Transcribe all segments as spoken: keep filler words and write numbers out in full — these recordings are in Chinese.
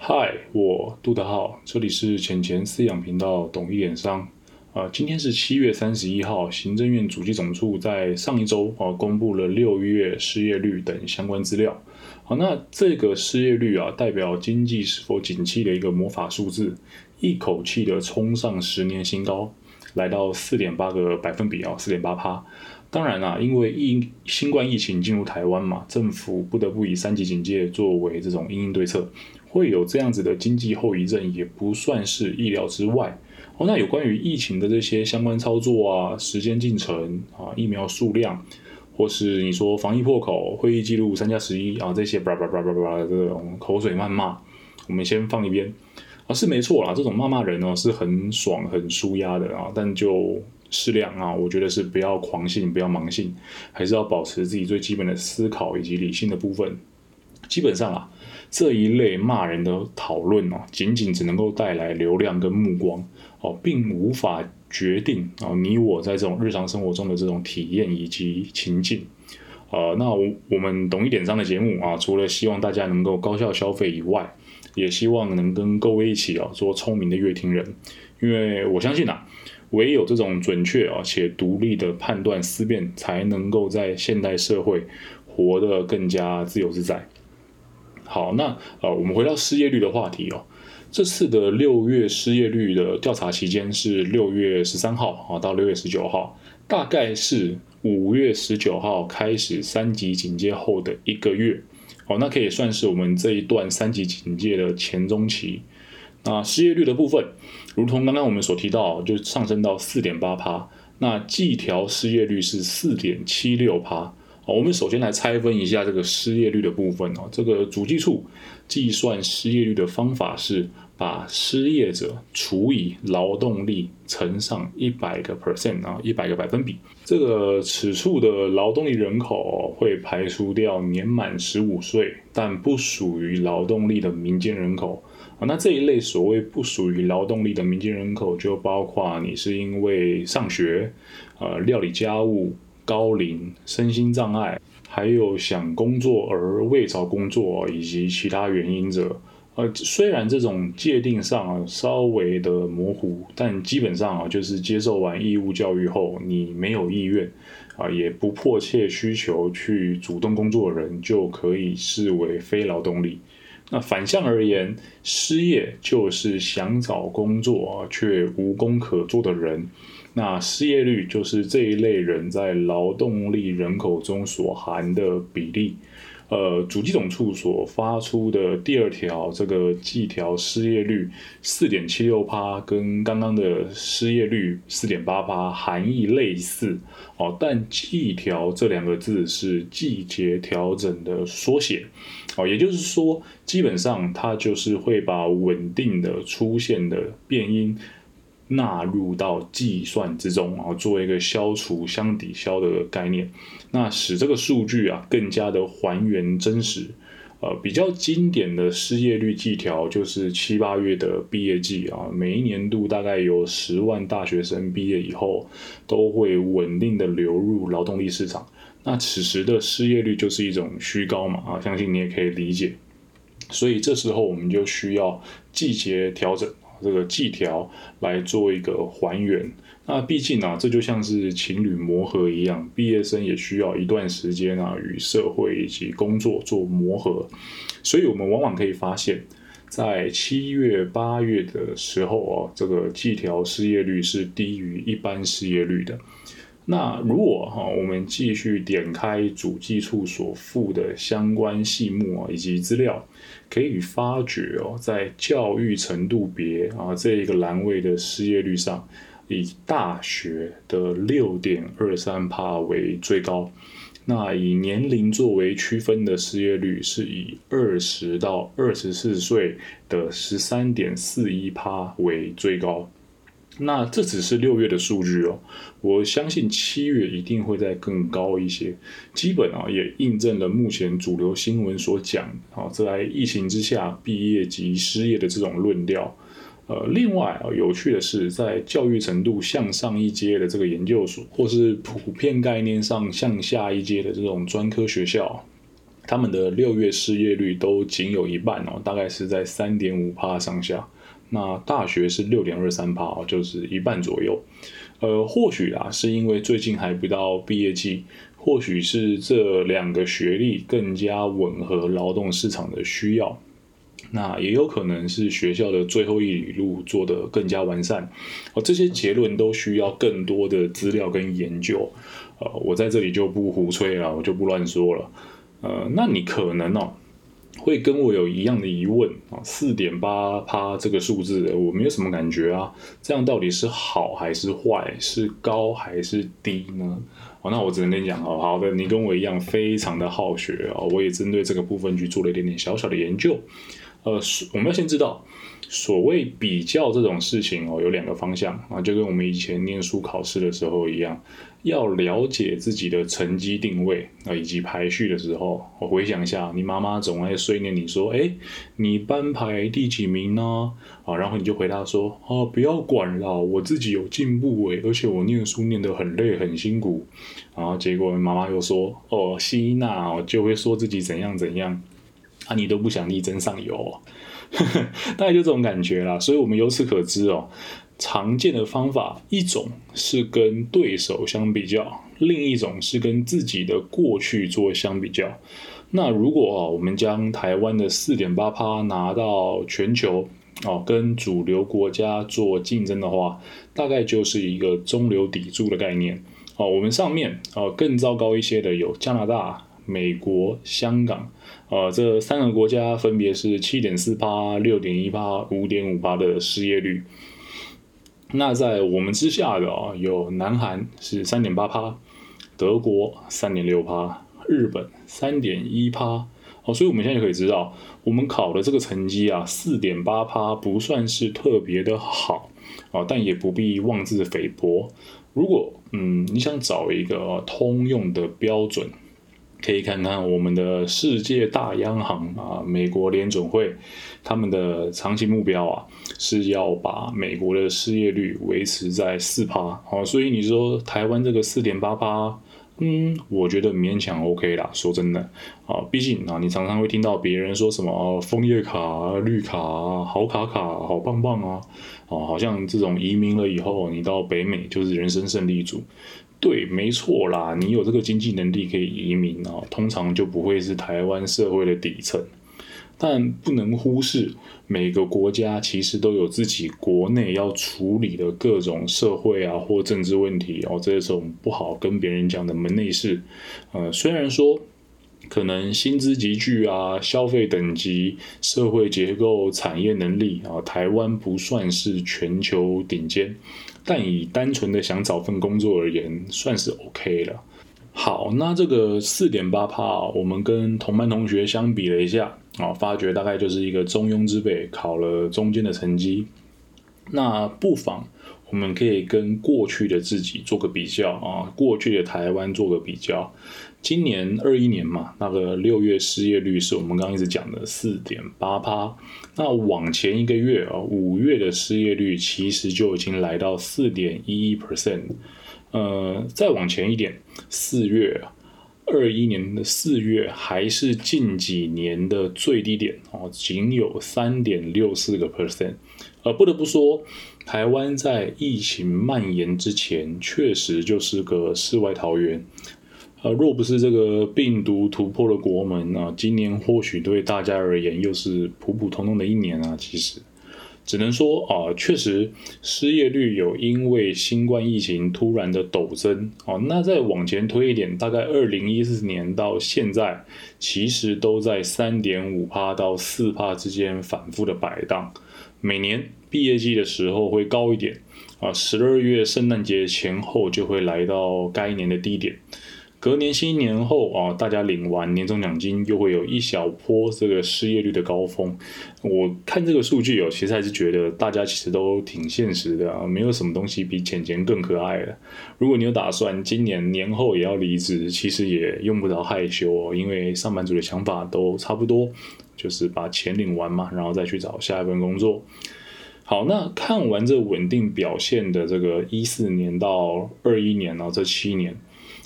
嗨，我杜德浩，这里是浅钱饲养频道，懂一点商。呃，今天是七月三十一号，行政院主计总处在上一周啊、呃、公布了六月失业率等相关资料。好，那这个失业率啊，代表经济是否景气的一个魔法数字，一口气的冲上十年新高，来到四点八个百分比啊，四点八趴。当然啦、啊，因为疫新冠疫情进入台湾嘛，政府不得不以三级警戒作为这种因应对策，会有这样子的经济后遗症，也不算是意料之外。哦，那有关于疫情的这些相关操作啊、时间进程啊、疫苗数量，或是你说防疫破口、会议记录三加十一啊这些叭叭叭叭叭的这种口水谩骂，我们先放一边。啊，是没错啦，这种骂骂人哦是很爽、很舒压的啊，但就适量啊，我觉得是不要狂信，不要盲信，还是要保持自己最基本的思考以及理性的部分。基本上啊，这一类骂人的讨论哦，仅仅只能够带来流量跟目光哦，并无法决定啊你我在这种日常生活中的这种体验以及情境。呃，那我我们懂一点商的节目啊，除了希望大家能够高效消费以外，也希望能跟各位一起啊做聪明的乐听人，因为我相信啊，唯有这种准确啊且独立的判断思辨，才能够在现代社会活得更加自由自在。好，那呃，我们回到失业率的话题哦。这次的六月失业率的调查期间是六月十三号啊到六月十九号，大概是五月十九号开始三级警戒后的一个月。哦，那可以算是我们这一段三级警戒的前中期。那失业率的部分，如同刚刚我们所提到，就上升到 四点八趴。那季调失业率是 四点七六趴。我们首先来拆分一下这个失业率的部分哦。这个主计处计算失业率的方法是把失业者除以劳动力乘上一百个 percent 啊，一百个百分比。这个此处的劳动力人口会排除掉年满十五岁但不属于劳动力的民间人口。那这一类所谓不属于劳动力的民间人口，就包括你是因为上学、呃料理家务、高龄、身心障碍，还有想工作而未找工作以及其他原因者。呃，虽然这种界定上啊稍微的模糊，但基本上啊就是接受完义务教育后，你没有意愿啊，也不迫切需求去主动工作的人，就可以视为非劳动力。那反向而言，失业就是想找工作却无工可做的人。那失业率就是这一类人在劳动力人口中所含的比例。呃，主计总处所发出的第二条这个季调失业率 四点七六趴，跟刚刚的失业率 四点八趴含义类似哦，但季调这两个字是季节调整的缩写哦，也就是说，基本上它就是会把稳定的出现的变因纳入到计算之中，然后做一个消除相抵消的概念，那使这个数据啊更加的还原真实。呃，比较经典的失业率季调就是七八月的毕业季啊，每一年度大概有十万大学生毕业以后都会稳定的流入劳动力市场。那此时的失业率就是一种虚高嘛啊，相信你也可以理解。所以这时候我们就需要季节调整。这个季调来做一个还原。那毕竟啊，这就像是情侣磨合一样，毕业生也需要一段时间啊，与社会以及工作做磨合。所以我们往往可以发现，在七月、八月的时候啊，这个季调失业率是低于一般失业率的。那如果哈、啊，我们继续点开主计处所附的相关细目啊以及资料，可以发觉哦，在教育程度别啊这一个栏位的失业率上，以大学的 六点二三趴 为最高。那以年龄作为区分的失业率是以二十到二十四岁的 十三点四一趴 为最高。那这只是六月的数据哦，我相信七月一定会再更高一些。基本啊也印证了目前主流新闻所讲啊，在疫情之下毕业及失业的这种论调。呃，另外啊，有趣的是，在教育程度向上一阶的这个研究所，或是普遍概念上向下一阶的这种专科学校， 他们的六月失业率都仅有一半哦，大概是在 百分之三点五 上下。那大学是 百分之六点二三 哦，就是一半左右。呃，或许啦，是因为最近还不到毕业季，或许是这两个学历更加吻合劳动市场的需要。那也有可能是学校的最后一里路做得更加完善，哦，这些结论都需要更多的资料跟研究，呃，我在这里就不胡吹了，我就不乱说了，呃，那你可能哦会跟我有一样的疑问啊， 四点八 这个数字我没有什么感觉啊，这样到底是好还是坏，是高还是低呢？哦，那我只能跟你讲哦，好的，你跟我一样非常的好学哦，我也针对这个部分去做了一点点小小的研究。呃，我们要先知道，所谓比较这种事情哦，有两个方向啊，就跟我们以前念书考试的时候一样，要了解自己的成绩定位啊，以及排序的时候，我回想一下，你妈妈总爱碎念你说，哎，你班排第几名呢？啊，然后你就回答说，啊，不要管啦，我自己有进步诶，而且我念书念得很累很辛苦，然后结果妈妈又说，哦，希娜哦，就会说自己怎样怎样。啊，你都不想力争上游哦，大概就这种感觉啦。所以我们由此可知哦，常见的方法一种是跟对手相比较，另一种是跟自己的过去做相比较。那如果哦，我们将台湾的 百分之四点八 拿到全球哦，跟主流国家做竞争的话，大概就是一个中流砥柱的概念。哦，我们上面哦更糟糕一些的有加拿大、美国、香港，呃，这三个国家分别是 七点四 六点一 五点五 的失业率。那在我们之下的哦，有南韩是 三点八 德国 三点六 日本 三点一 哦，所以我们现在就可以知道，我们考的这个成绩啊 四点八 不算是特别的好啊，但也不必妄自菲薄。如果嗯你想找一个通用的标准，可以看看我们的世界大央行啊，美国联准会，他们的长期目标啊是要把美国的失业率维持在 百分之四， 哦，所以你说台湾这个 四点八 嗯，我觉得勉强 OK 啦。说真的啊，毕竟啊，你常常会听到别人说什么哦，枫叶卡、绿卡、好卡卡、好棒棒啊，哦，好像这种移民了以后，你到北美就是人生胜利组。对，没错啦，你有这个经济能力可以移民啊，通常就不会是台湾社会的底层。但不能忽视，每个国家其实都有自己国内要处理的各种社会啊或政治问题哦，这种不好跟别人讲的门内事。呃，虽然说可能薪资集聚啊、消费等级、社会结构、产业能力啊，台湾不算是全球顶尖，但以单纯的想找份工作而言，算是 OK 了。好，那这个 四点八 我们跟同班同学相比了一下啊，发觉大概就是一个中庸之辈考了中间的成绩。那不妨我们可以跟过去的自己做个比较啊，过去的台湾做个比较。今年二一年嘛，那个六月失业率是我们刚刚一直讲的 四点八 那往前一个月啊，五月的失业率其实就已经来到 四点一一 呃，再往前一点，四月，二一年的四月还是近几年的最低点哦，仅有 三点六四 呃，不得不说，台湾在疫情蔓延之前，确实就是个世外桃源。呃，若不是这个病毒突破了国门啊，今年或许对大家而言又是普普通通的一年啊，其实。只能说啊，确实失业率有因为新冠疫情突然的陡增哦。那再往前推一点，大概二零一四年到现在，其实都在 三点五 到 百分之四 之间反复的摆荡。每年毕业季的时候会高一点啊，十二月圣诞节前后就会来到该年的低点。隔年新年后啊，大家领完年终奖金，又会有一小波这个失业率的高峰。我看这个数据哦，其实还是觉得大家其实都挺现实的啊，没有什么东西比钱钱更可爱的。如果你有打算今年年后也要离职，其实也用不着害羞哦，因为上班族的想法都差不多，就是把钱领完嘛，然后再去找下一份工作。好，那看完这稳定表现的这个一四年到二一年啊，这七年。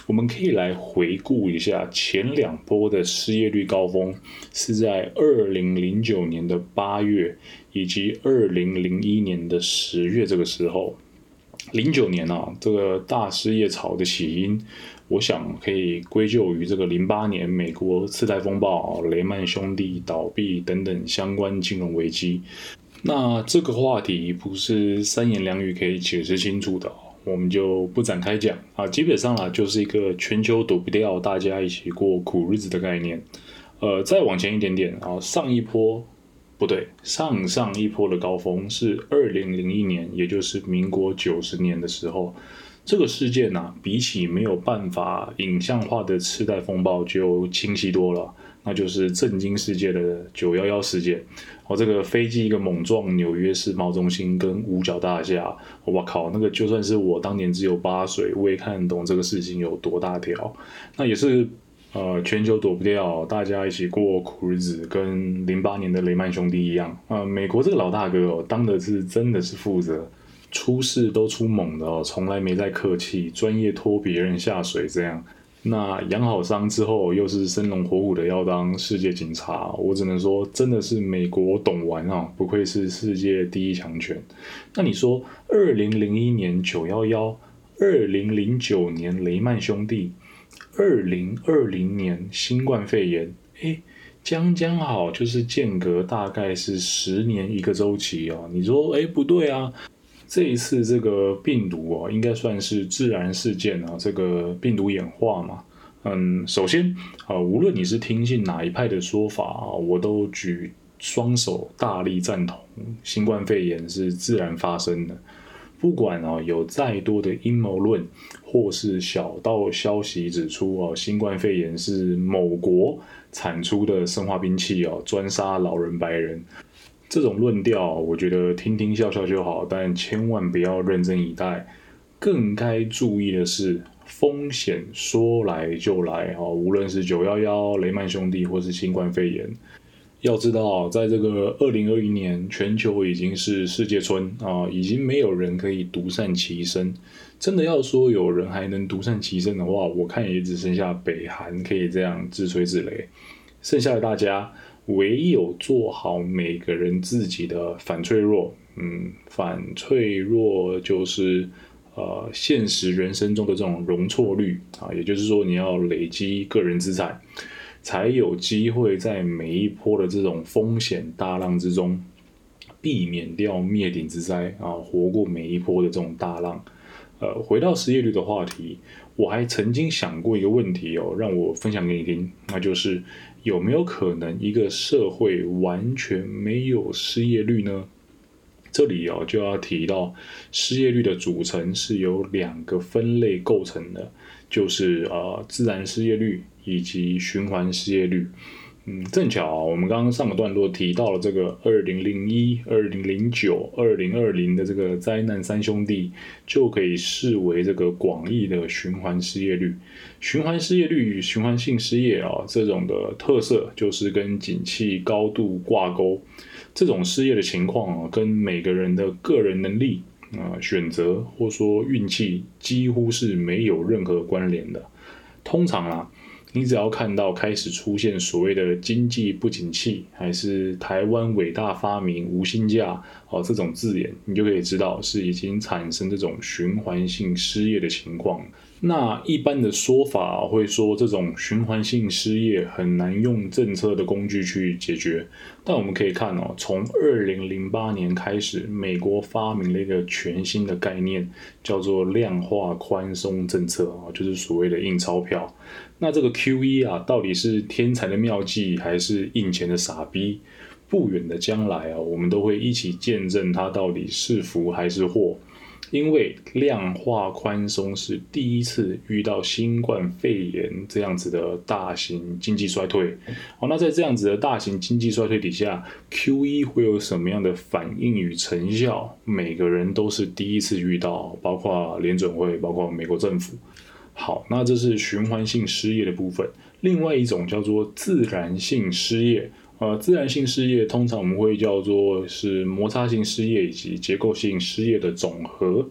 我们可以来回顾一下前两波的失业率高峰是在二零零九年的八月以及二零零一年的十月这个时候。零九年啊，这个大失业潮的起因，我想可以归咎于这个零八年美国次贷风暴、雷曼兄弟倒闭等等相关金融危机。那这个话题不是三言两语可以解释清楚的，我们就不展开讲啊。基本上啦，就是一个全球躲不掉，大家一起过苦日子的概念。呃，再往前一点点啊，上一波。不对，上上一波的高峰是二零零一年，也就是民国九十年的时候。这个事件啊，比起没有办法影像化的次贷风暴就清晰多了，那就是震惊世界的九一一事件。哦，这个飞机一个猛撞纽约世贸中心跟五角大厦，我靠，那个就算是我当年只有八岁，我也看得懂这个事情有多大条。那也是。呃，全球躲不掉，大家一起过苦日子，跟零八年的雷曼兄弟一样。呃，美国这个老大哥哦，当的是真的是负责，出事都出猛的哦，从来没在客气，专业拖别人下水这样。那养好伤之后，又是生龙活虎的要当世界警察，我只能说，真的是美国懂玩啊，不愧是世界第一强权。那你说，二零零一年九一一，二零零九年雷曼兄弟。二零二零年新冠肺炎，哎，将将好就是间隔大概是十年一个周期哦。你说，哎，不对啊，这一次这个病毒哦，应该算是自然事件啊，这个病毒演化嘛。嗯，首先啊，无论你是听信哪一派的说法啊，我都举双手大力赞同，新冠肺炎是自然发生的。不管啊有再多的阴谋论，或是小道消息指出啊，新冠肺炎是某国产出的生化兵器哦，专杀老人白人，这种论调，我觉得听听笑笑就好，但千万不要认真以待。更该注意的是，风险说来就来啊，无论是九一一、雷曼兄弟或是新冠肺炎。要知道，在这个二零二一年，全球已经是世界村啊，已经没有人可以独善其身。真的要说有人还能独善其身的话，我看也只剩下北韩可以这样自吹自擂。剩下的大家，唯有做好每个人自己的反脆弱。嗯，反脆弱就是呃现实人生中的这种容错率啊，也就是说你要累积个人资产。才有机会在每一波的这种风险大浪之中，避免掉灭顶之灾啊，活过每一波的这种大浪。呃，回到失业率的话题，我还曾经想过一个问题哦，让我分享给你听，那就是有没有可能一个社会完全没有失业率呢？这里哦就要提到失业率的组成是由两个分类构成的，就是呃自然失业率以及循环失业率。嗯，正巧、啊、我们刚刚上个段落提到了这个二零零一、二零零九、二零二零的这个灾难三兄弟，就可以视为这个广义的循环失业率。循环失业率、循环性失业啊，这种的特色就是跟景气高度挂钩。这种失业的情况啊，跟每个人的个人能力啊、呃、选择或说运气几乎是没有任何关联的。通常啊，你只要看到开始出现所谓的经济不景气，还是台湾伟大发明无薪假哦这种字眼，你就可以知道是已经产生这种循环性失业的情况。那一般的说法会说，这种循环性失业很难用政策的工具去解决。但我们可以看哦，从二零零八年开始，美国发明了一个全新的概念，叫做量化宽松政策啊，就是所谓的印钞票。那这个 Q E 啊，到底是天才的妙计，还是印钱的傻逼？不远的将来啊，我们都会一起见证它到底是福还是祸。因为量化宽松是第一次遇到新冠肺炎这样子的大型经济衰退。好，那在这样子的大型经济衰退底下 ，Q E 会有什么样的反应与成效？每个人都是第一次遇到，包括联准会，包括美国政府。好，那这是循环性失业的部分。另外一种叫做自然性失业。呃，自然性失业通常我们会叫做是摩擦性失业以及结构性失业的总和。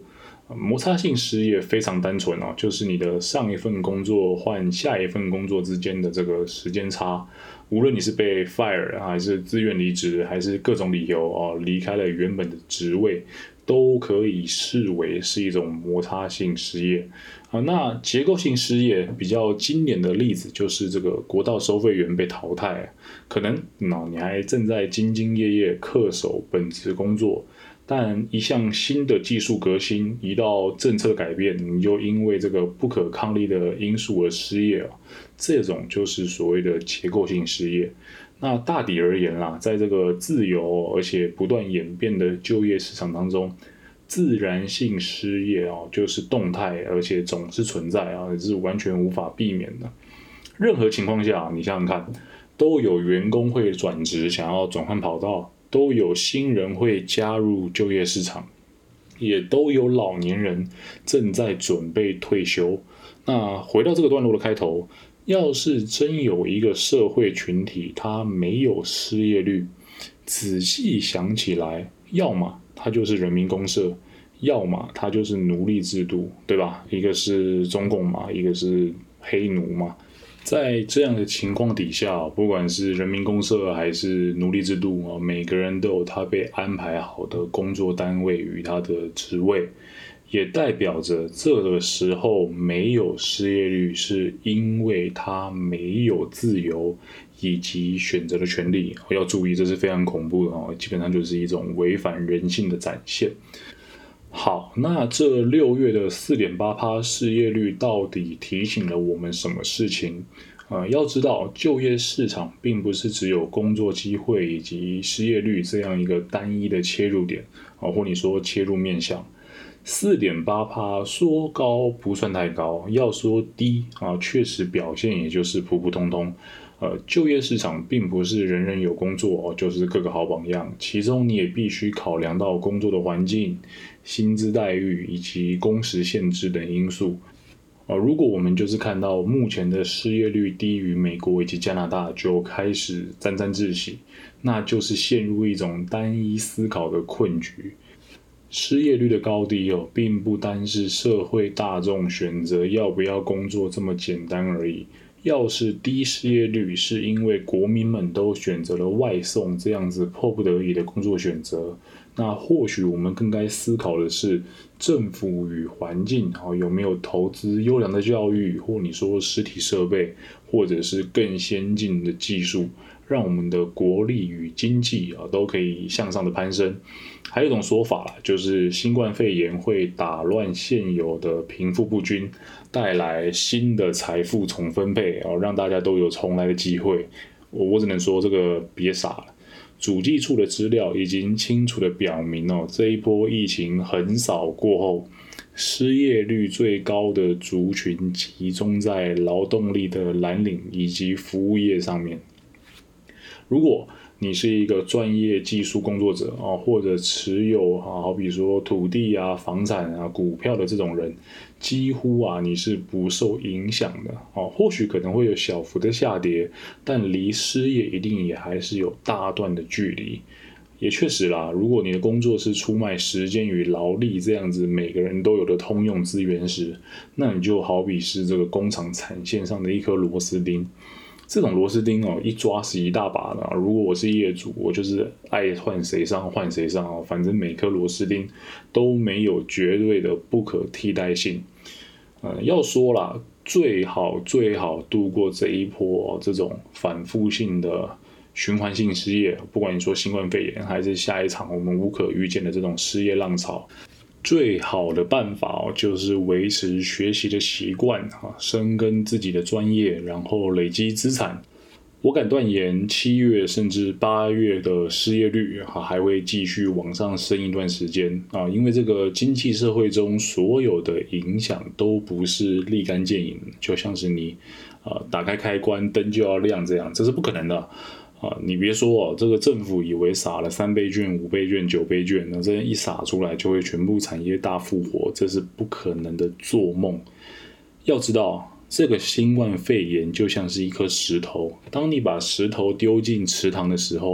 摩擦性失业非常单纯哦，就是你的上一份工作换下一份工作之间的这个时间差，无论你是被 fire 还是自愿离职，还是各种理由哦离开了原本的职位，都可以视为是一种摩擦性失业啊。那结构性失业比较经典的例子就是这个国道收费员被淘汰，可能哦你还正在兢兢业业恪守本职工作。但一项新的技术革新，一道政策改变，你就因为这个不可抗力的因素而失业，这种就是所谓的结构性失业。那大抵而言啦，在这个自由而且不断演变的就业市场当中，自然性失业哦，就是动态而且总是存在啊，是完全无法避免的。任何情况下，你想想看，都有员工会转职，想要转换跑道。都有新人会加入就业市场，也都有老年人正在准备退休。那回到这个段落的开头，要是真有一个社会群体它没有失业率，仔细想起来，要么它就是人民公社，要么它就是奴隶制度，对吧？一个是中共嘛，一个是黑奴嘛。在这样的情况底下，不管是人民公社还是奴隶制度，每个人都有他被安排好的工作单位与他的职位，也代表着这个时候没有失业率，是因为他没有自由以及选择的权利。要注意，这是非常恐怖的，基本上就是一种违反人性的展现。好，那这六月的 百分之四点八 失业率到底提醒了我们什么事情？呃，要知道，就业市场并不是只有工作机会以及失业率这样一个单一的切入点，啊，或你说切入面向。百分之四点八 说高不算太高，要说低啊，确实表现也就是普普通通。呃，就业市场并不是人人有工作哦，就是个个好榜样。其中你也必须考量到工作的环境、薪资待遇以及工时限制等因素。呃，如果我们就是看到目前的失业率低于美国以及加拿大，就开始沾沾自喜，那就是陷入一种单一思考的困局。失业率的高低哦，并不单是社会大众选择要不要工作这么简单而已。要是低失业率是因为国民们都选择了外送这样子迫不得已的工作选择，那或许我们更该思考的是政府与环境有没有投资优良的教育，或你说实体设备，或者是更先进的技术，让我们的国力与经济都可以向上的攀升。还有一种说法啦，就是新冠肺炎会打乱现有的贫富不均，带来新的财富重分配，让大家都有重来的机会。我只能说这个别傻了。主计处的资料已经清楚地表明，这一波疫情横扫过后，失业率最高的族群集中在劳动力的蓝领以及服务业上面。如果你是一个专业技术工作者，或者持有好比说土地啊、房产啊、股票的这种人，几乎啊你是不受影响的，或许可能会有小幅的下跌，但离失业一定也还是有大段的距离。也确实啦，如果你的工作是出卖时间与劳力这样子每个人都有的通用资源时，那你就好比是这个工厂产线上的一颗螺丝钉。这种螺丝钉哦，一抓是一大把的。如果我是业主，我就是爱换谁上换谁上哦，反正每颗螺丝钉都没有绝对的不可替代性。呃，要说啦，最好最好度过这一波、哦、这种反复性的循环性失业，不管你说新冠肺炎还是下一场我们无可预见的这种失业浪潮。最好的办法就是维持学习的习惯，深耕自己的专业，然后累积资产。我敢断言，七月甚至八月的失业率还会继续往上升一段时间啊，因为这个经济社会中所有的影响都不是立竿见影，就像是你呃打开开关灯就要亮这样，这是不可能的。啊，你别说哦，这个政府以为撒了三倍券、五倍券、九倍券，那这一撒出来就会全部产业大复活，这是不可能的做梦。要知道，这个新冠肺炎就像是一颗石头，当你把石头丢进池塘的时候，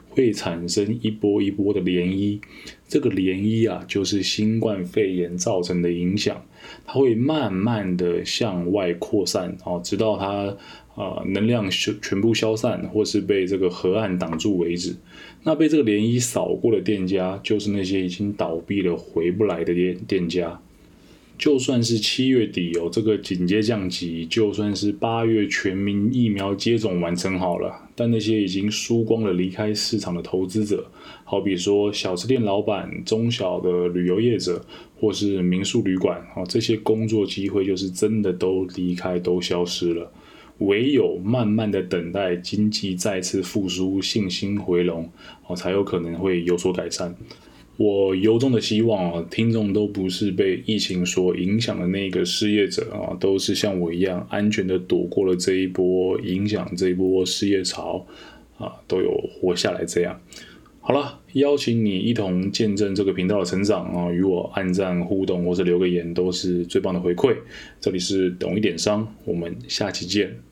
会产生一波一波的涟漪。这个涟漪啊，就是新冠肺炎造成的影响，它会慢慢的向外扩散哦，直到它呃能量全部消散，或是被这个河岸挡住为止。那被这个涟漪扫过的店家，就是那些已经倒闭了回不来的店店家。就算是七月底有、哦、这个警戒降级，就算是八月全民疫苗接种完成好了，但那些已经输光了离开市场的投资者，好比说小吃店老板、中小的旅游业者，或是民宿旅馆、哦、这些工作机会就是真的都离开、都消失了。唯有慢慢的等待经济再次复苏、信心回笼、哦、才有可能会有所改善。我由衷的希望啊，听众都不是被疫情所影响的那个失业者啊，都是像我一样安全的躲过了这一波影响、这一波失业潮啊，都有活下来这样。好了，邀请你一同见证这个频道的成长啊，与我按赞互动或是留个言都是最棒的回馈。这里是懂一点商，我们下期见。